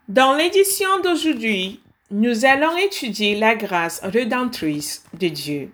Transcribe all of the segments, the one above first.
Dans l'édition d'aujourd'hui, nous allons étudier la grâce rédemptrice de Dieu.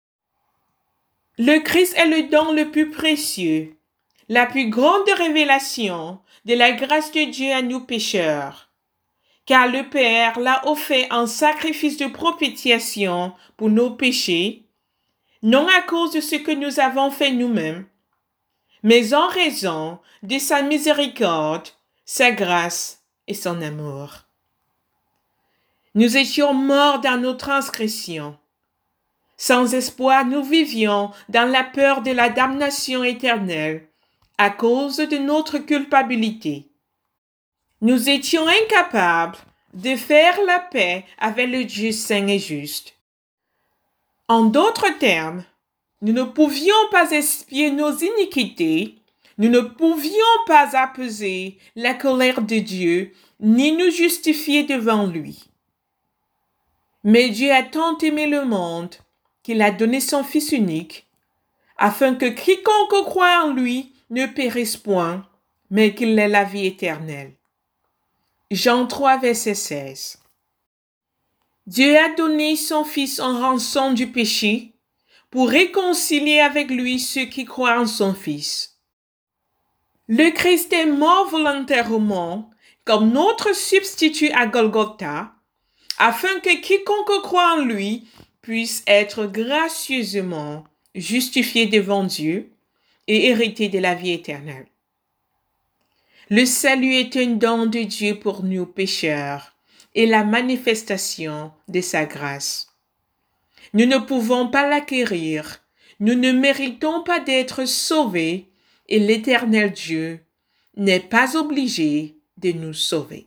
Le Christ est le don le plus précieux, la plus grande révélation de la grâce de Dieu à nous pécheurs, car le Père l'a offert en sacrifice de propitiation pour nos péchés, non à cause de ce que nous avons fait nous-mêmes, mais en raison de sa miséricorde, sa grâce et son amour. Nous étions morts dans nos transgressions. Sans espoir, nous vivions dans la peur de la damnation éternelle à cause de notre culpabilité. Nous étions incapables de faire la paix avec le Dieu saint et juste. En d'autres termes, nous ne pouvions pas expier nos iniquités, nous ne pouvions pas apaiser la colère de Dieu, ni nous justifier devant lui. Mais Dieu a tant aimé le monde qu'il a donné son Fils unique, afin que quiconque croit en lui ne périsse point, mais qu'il ait la vie éternelle. Jean 3, verset 16. Dieu a donné son Fils en rançon du péché pour réconcilier avec lui ceux qui croient en son Fils. Le Christ est mort volontairement comme notre substitut à Golgotha, afin que quiconque croit en lui puisse être gracieusement justifié devant Dieu et hériter de la vie éternelle. Le salut est un don de Dieu pour nous pécheurs et la manifestation de sa grâce. Nous ne pouvons pas l'acquérir, nous ne méritons pas d'être sauvés et l'Éternel Dieu n'est pas obligé de nous sauver.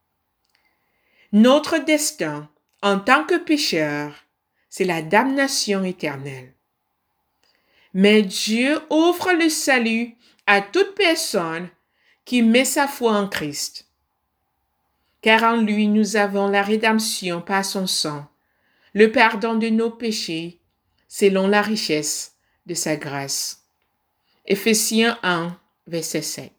Notre destin, en tant que pécheurs, c'est la damnation éternelle. Mais Dieu offre le salut à toute personne qui met sa foi en Christ. Car en lui, nous avons la rédemption par son sang, le pardon de nos péchés, selon la richesse de sa grâce. Éphésiens 1, verset 7.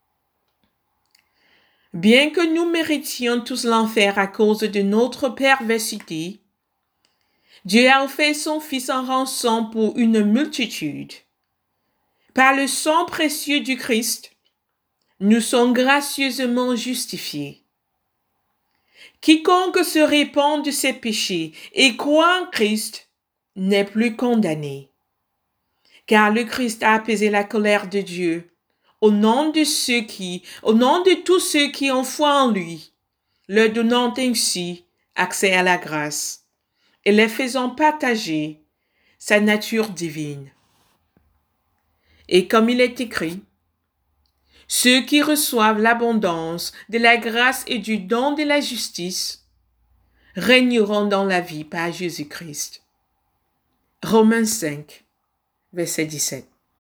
Bien que nous méritions tous l'enfer à cause de notre perversité, Dieu a offert son Fils en rançon pour une multitude. Par le sang précieux du Christ, nous sommes gracieusement justifiés. Quiconque se répand de ses péchés et croit en Christ n'est plus condamné. Car le Christ a apaisé la colère de Dieu au nom de tous ceux qui ont foi en lui, leur donnant ainsi accès à la grâce et les faisant partager sa nature divine. Et comme il est écrit, ceux qui reçoivent l'abondance de la grâce et du don de la justice régneront dans la vie par Jésus-Christ. Romains 5, verset 17.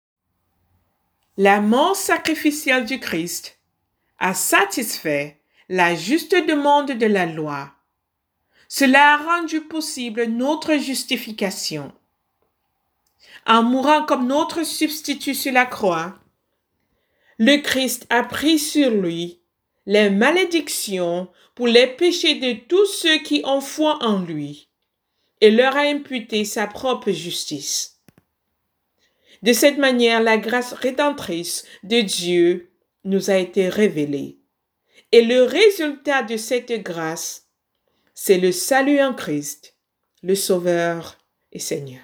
La mort sacrificielle du Christ a satisfait la juste demande de la loi. Cela a rendu possible notre justification. En mourant comme notre substitut sur la croix, le Christ a pris sur lui les malédictions pour les péchés de tous ceux qui ont foi en lui et leur a imputé sa propre justice. De cette manière, la grâce rédemptrice de Dieu nous a été révélée. Et le résultat de cette grâce, c'est le salut en Christ, le Sauveur et Seigneur.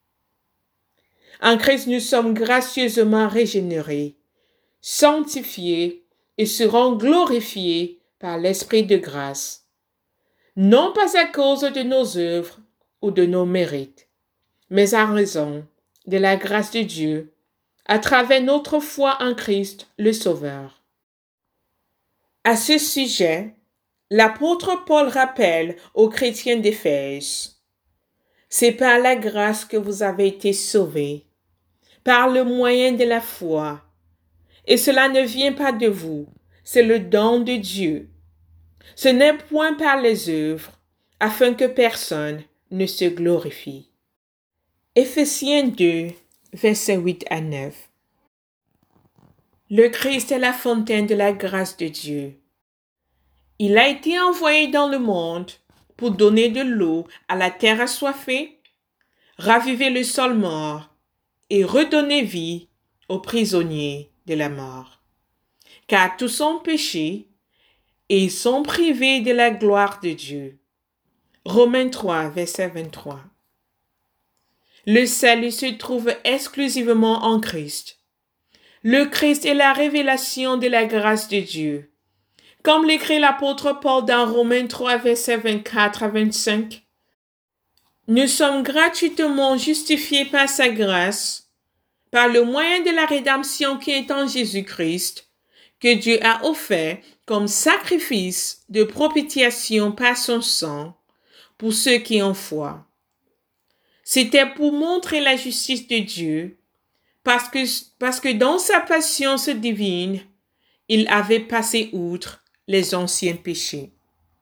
En Christ, nous sommes gracieusement régénérés, sanctifiés et seront glorifiés par l'Esprit de grâce, non pas à cause de nos œuvres ou de nos mérites, mais en raison de la grâce de Dieu, à travers notre foi en Christ, le Sauveur. À ce sujet, l'apôtre Paul rappelle aux chrétiens d'Éphèse: c'est par la grâce que vous avez été sauvés, par le moyen de la foi. Et cela ne vient pas de vous, c'est le don de Dieu. Ce n'est point par les œuvres, afin que personne ne se glorifie. Éphésiens 2, versets 8 à 9. Le Christ est la fontaine de la grâce de Dieu. Il a été envoyé dans le monde pour donner de l'eau à la terre assoiffée, raviver le sol mort et redonner vie aux prisonniers de la mort. Car tous ont péché et ils sont privés de la gloire de Dieu. Romains 3, verset 23. Le salut se trouve exclusivement en Christ. Le Christ est la révélation de la grâce de Dieu. Comme l'écrit l'apôtre Paul dans Romains 3, versets 24 à 25, nous sommes gratuitement justifiés par sa grâce, par le moyen de la rédemption qui est en Jésus-Christ, que Dieu a offert comme sacrifice de propitiation par son sang pour ceux qui ont foi. C'était pour montrer la justice de Dieu, parce que dans sa patience divine, il avait passé outre les anciens péchés.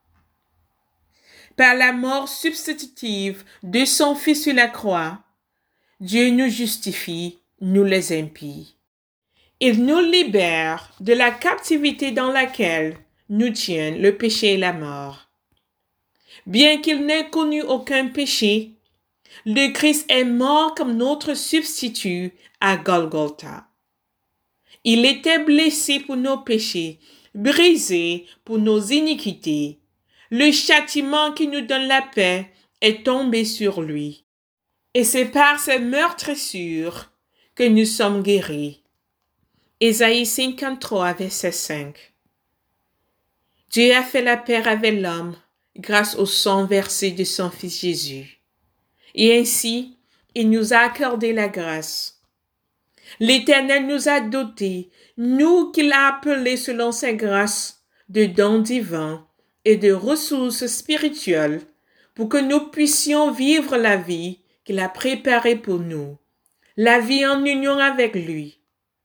Par la mort substitutive de son Fils sur la croix, Dieu nous justifie, nous les impies. Il nous libère de la captivité dans laquelle nous tiennent le péché et la mort. Bien qu'il n'ait connu aucun péché, le Christ est mort comme notre substitut à Golgotha. Il était blessé pour nos péchés, brisé pour nos iniquités. Le châtiment qui nous donne la paix est tombé sur lui. Et c'est par ses meurtrissures que nous sommes guéris. Ésaïe 53, verset 5. Dieu a fait la paix avec l'homme grâce au sang versé de son Fils Jésus. Et ainsi, il nous a accordé la grâce. L'Éternel nous a dotés, nous qu'il a appelés selon sa grâce, de dons divins et de ressources spirituelles pour que nous puissions vivre la vie qu'il a préparée pour nous, la vie en union avec lui.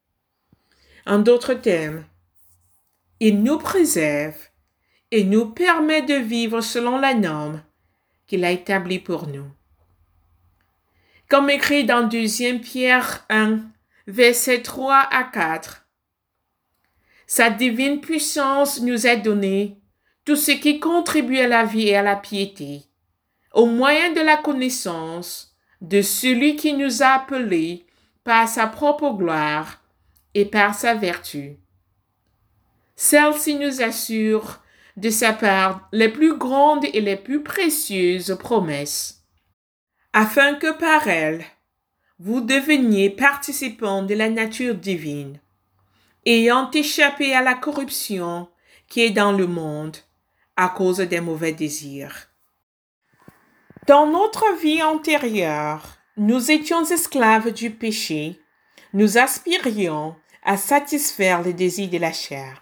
En d'autres termes, il nous préserve et nous permet de vivre selon la norme qu'il a établie pour nous. Comme écrit dans 2 Pierre 1, versets 3 à 4, sa divine puissance nous a donné tout ce qui contribue à la vie et à la piété, au moyen de la connaissance de celui qui nous a appelés par sa propre gloire et par sa vertu. Celle-ci nous assure de sa part les plus grandes et les plus précieuses promesses, afin que par elles, vous deveniez participants de la nature divine, ayant échappé à la corruption qui est dans le monde à cause des mauvais désirs. Dans notre vie antérieure, nous étions esclaves du péché, nous aspirions à satisfaire les désirs de la chair.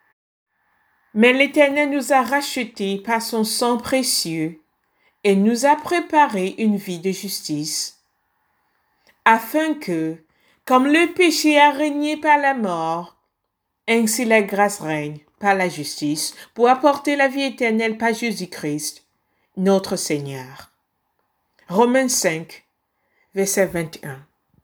Mais l'Éternel nous a rachetés par son sang précieux et nous a préparé une vie de justice, afin que, comme le péché a régné par la mort, ainsi la grâce règne par la justice pour apporter la vie éternelle par Jésus-Christ, notre Seigneur. Romains 5, verset 21.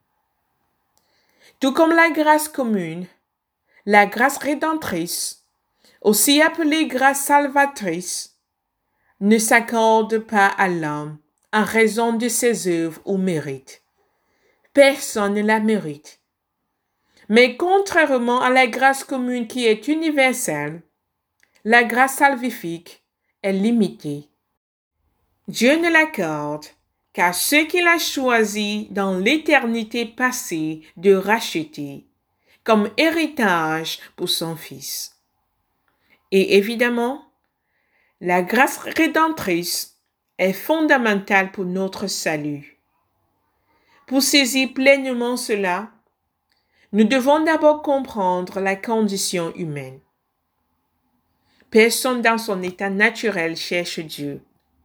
Tout comme la grâce commune, la grâce rédemptrice, aussi appelée grâce salvatrice, ne s'accorde pas à l'homme en raison de ses œuvres ou mérites. Personne ne la mérite. Mais contrairement à la grâce commune qui est universelle, la grâce salvifique est limitée. Dieu ne l'accorde qu'à ceux qu'il a choisis dans l'éternité passée de racheter comme héritage pour son Fils. Et évidemment, la grâce rédemptrice est fondamentale pour notre salut. Pour saisir pleinement cela, nous devons d'abord comprendre la condition humaine. Personne dans son état naturel cherche Dieu.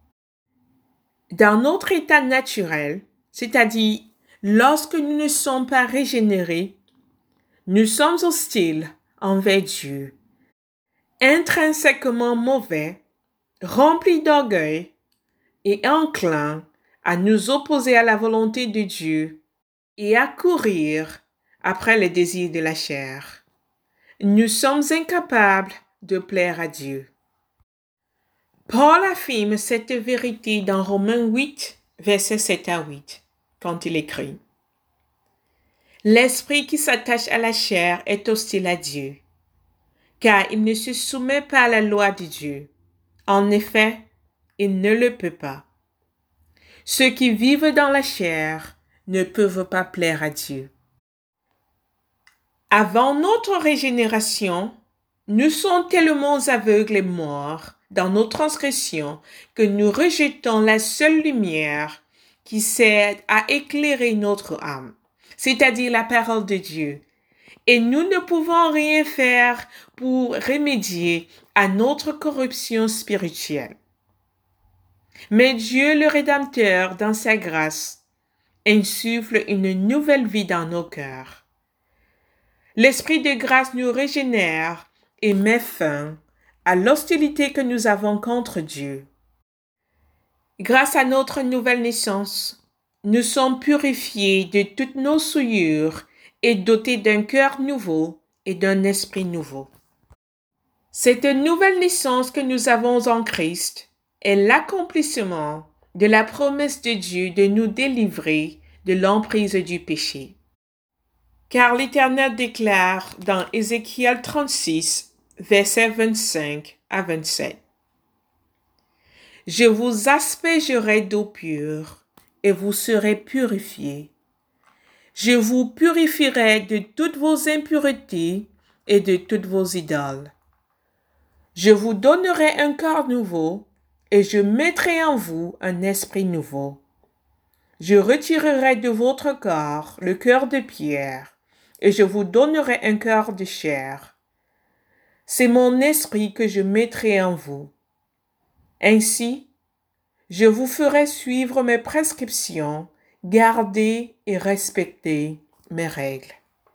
Dans notre état naturel, c'est-à-dire lorsque nous ne sommes pas régénérés, nous sommes hostiles envers Dieu, intrinsèquement mauvais, remplis d'orgueil et enclins à nous opposer à la volonté de Dieu et à courir après les désirs de la chair. Nous sommes incapables de plaire à Dieu. Paul affirme cette vérité dans Romains 8, versets 7 à 8, quand il écrit: L'esprit qui s'attache à la chair est hostile à Dieu, car il ne se soumet pas à la loi de Dieu. En effet, il ne le peut pas. Ceux qui vivent dans la chair ne peuvent pas plaire à Dieu. Avant notre régénération, nous sommes tellement aveugles et morts dans nos transgressions que nous rejetons la seule lumière qui sert à éclairer notre âme, c'est-à-dire la parole de Dieu. Et nous ne pouvons rien faire pour remédier à notre corruption spirituelle. Mais Dieu le Rédempteur, dans sa grâce, insuffle une nouvelle vie dans nos cœurs. L'Esprit de grâce nous régénère et met fin à l'hostilité que nous avons contre Dieu. Grâce à notre nouvelle naissance, nous sommes purifiés de toutes nos souillures et dotés d'un cœur nouveau et d'un esprit nouveau. Cette nouvelle naissance que nous avons en Christ est l'accomplissement de la promesse de Dieu de nous délivrer de l'emprise du péché. Car l'Éternel déclare dans Ézéchiel 36, versets 25 à 27. Je vous aspergerai d'eau pure et vous serez purifiés. Je vous purifierai de toutes vos impuretés et de toutes vos idoles. Je vous donnerai un corps nouveau et je mettrai en vous un esprit nouveau. Je retirerai de votre corps le cœur de pierre et je vous donnerai un cœur de chair. C'est mon esprit que je mettrai en vous. Ainsi, je vous ferai suivre mes prescriptions, garder et respecter mes règles.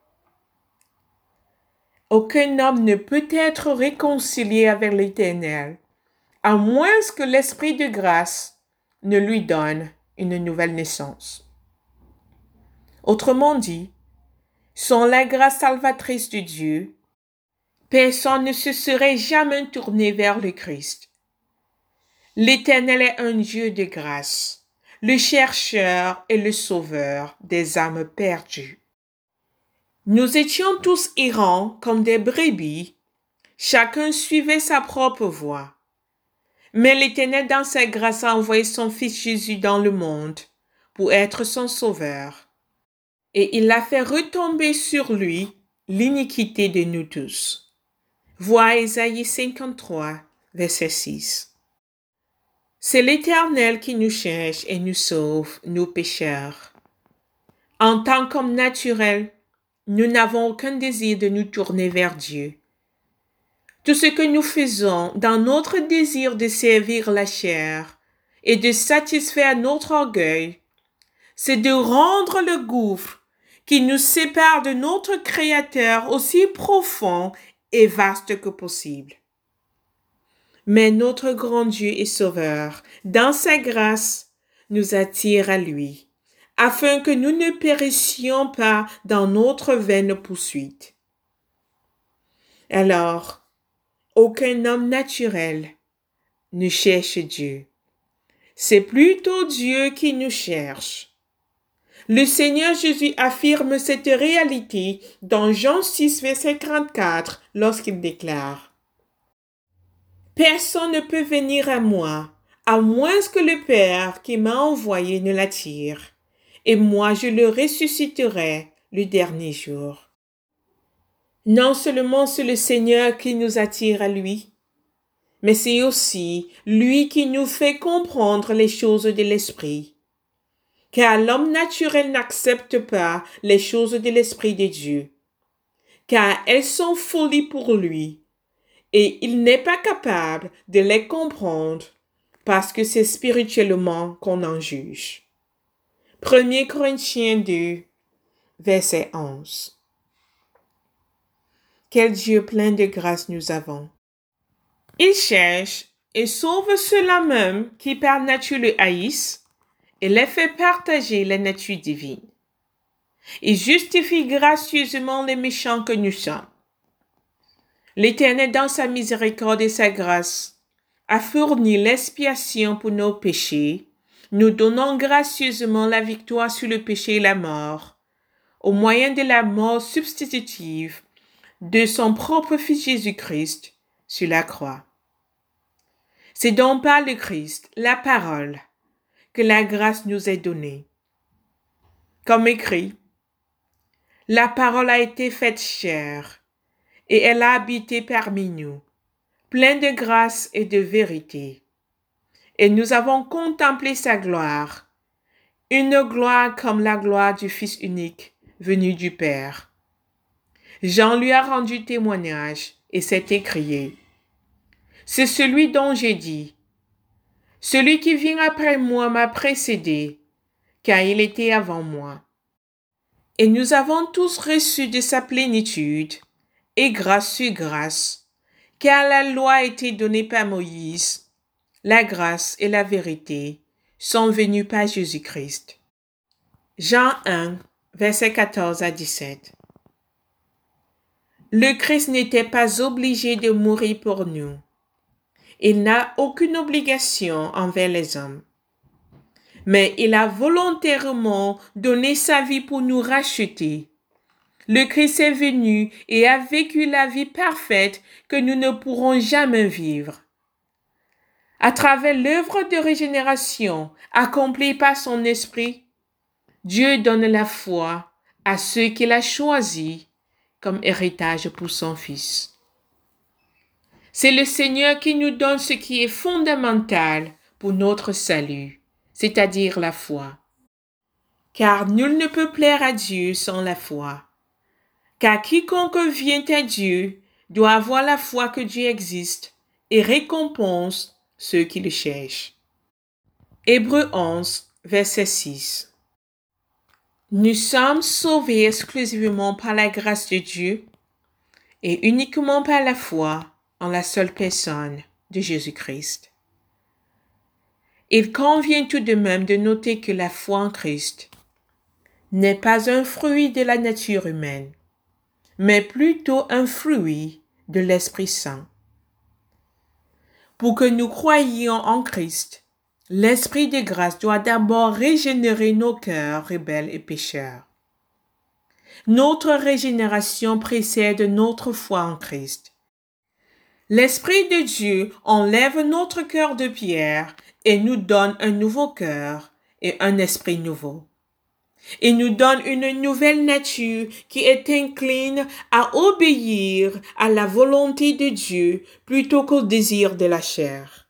Aucun homme ne peut être réconcilié avec l'Éternel, à moins que l'Esprit de grâce ne lui donne une nouvelle naissance. Autrement dit, sans la grâce salvatrice de Dieu, personne ne se serait jamais tourné vers le Christ. L'Éternel est un Dieu de grâce, le chercheur et le sauveur des âmes perdues. Nous étions tous errants comme des brebis, chacun suivait sa propre voie. Mais l'Éternel, dans sa grâce, a envoyé son Fils Jésus dans le monde pour être son sauveur. Et il a fait retomber sur lui l'iniquité de nous tous. Vois Ésaïe 53, verset 6. C'est l'Éternel qui nous cherche et nous sauve, nous pécheurs. En tant qu'hommes naturels, nous n'avons aucun désir de nous tourner vers Dieu. Tout ce que nous faisons dans notre désir de servir la chair et de satisfaire notre orgueil, c'est de rendre le gouffre qui nous sépare de notre Créateur aussi profond et vaste que possible. Mais notre grand Dieu et Sauveur, dans sa grâce, nous attire à lui, afin que nous ne périssions pas dans notre vaine poursuite. Alors, aucun homme naturel ne cherche Dieu. C'est plutôt Dieu qui nous cherche. Le Seigneur Jésus affirme cette réalité dans Jean 6, verset 34, lorsqu'il déclare: Personne ne peut venir à moi, à moins que le Père qui m'a envoyé ne l'attire, et moi je le ressusciterai le dernier jour. Non seulement c'est le Seigneur qui nous attire à lui, mais c'est aussi lui qui nous fait comprendre les choses de l'Esprit. Car l'homme naturel n'accepte pas les choses de l'Esprit de Dieu, car elles sont folie pour lui, et il n'est pas capable de les comprendre, parce que c'est spirituellement qu'on en juge. 1 Corinthiens 2, verset 11. Quel Dieu plein de grâce nous avons. Il cherche et sauve ceux-là même qui par nature le haïssent, et les fait partager la nature divine. Il justifie gracieusement les méchants que nous sommes. L'Éternel, dans sa miséricorde et sa grâce, a fourni l'expiation pour nos péchés, nous donnant gracieusement la victoire sur le péché et la mort, au moyen de la mort substitutive de son propre Fils Jésus-Christ sur la croix. C'est donc par le Christ, la parole, que la grâce nous est donnée. Comme écrit, la parole a été faite chair, et elle a habité parmi nous, pleine de grâce et de vérité. Et nous avons contemplé sa gloire, une gloire comme la gloire du Fils unique venu du Père. Jean lui a rendu témoignage et s'est écrié: c'est celui dont j'ai dit, celui qui vient après moi m'a précédé, car il était avant moi. Et nous avons tous reçu de sa plénitude, et grâce sur grâce, car la loi a été donnée par Moïse, la grâce et la vérité sont venues par Jésus-Christ. Jean 1, versets 14 à 17. Le Christ n'était pas obligé de mourir pour nous. Il n'a aucune obligation envers les hommes. Mais il a volontairement donné sa vie pour nous racheter. Le Christ est venu et a vécu la vie parfaite que nous ne pourrons jamais vivre. À travers l'œuvre de régénération accomplie par son Esprit, Dieu donne la foi à ceux qu'il a choisis comme héritage pour son Fils. C'est le Seigneur qui nous donne ce qui est fondamental pour notre salut, c'est-à-dire la foi. Car nul ne peut plaire à Dieu sans la foi. Car quiconque vient à Dieu doit avoir la foi que Dieu existe et récompense ceux qui le cherchent. Hébreux 11, verset 6. Nous sommes sauvés exclusivement par la grâce de Dieu et uniquement par la foi en la seule personne de Jésus-Christ. Il convient tout de même de noter que la foi en Christ n'est pas un fruit de la nature humaine, mais plutôt un fruit de l'Esprit Saint. Pour que nous croyions en Christ, l'Esprit de grâce doit d'abord régénérer nos cœurs rebelles et pécheurs. Notre régénération précède notre foi en Christ. L'Esprit de Dieu enlève notre cœur de pierre et nous donne un nouveau cœur et un esprit nouveau. Il nous donne une nouvelle nature qui est incline à obéir à la volonté de Dieu plutôt qu'au désir de la chair.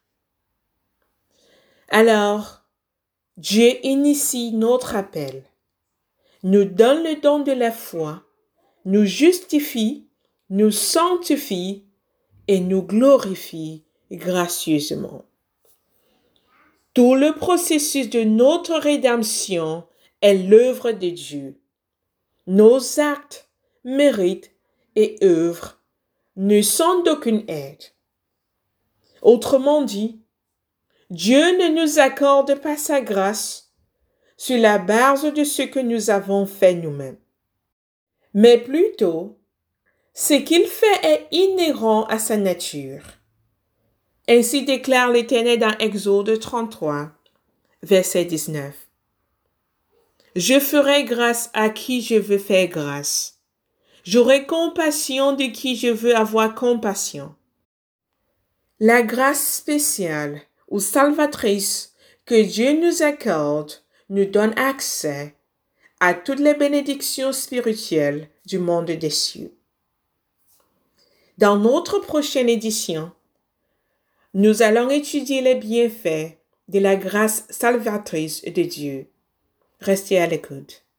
Alors, Dieu initie notre appel, nous donne le don de la foi, nous justifie, nous sanctifie et nous glorifie gracieusement. Tout le processus de notre rédemption est l'œuvre de Dieu. Nos actes, mérites et œuvres ne sont d'aucune aide. Autrement dit, Dieu ne nous accorde pas sa grâce sur la base de ce que nous avons fait nous-mêmes, mais plutôt ce qu'il fait est inhérent à sa nature. Ainsi déclare l'Éternel dans Exode 33, verset 19. Je ferai grâce à qui je veux faire grâce. J'aurai compassion de qui je veux avoir compassion. La grâce spéciale ou salvatrice que Dieu nous accorde nous donne accès à toutes les bénédictions spirituelles du monde des cieux. Dans notre prochaine édition, nous allons étudier les bienfaits de la grâce salvatrice de Dieu. Restez à l'écoute.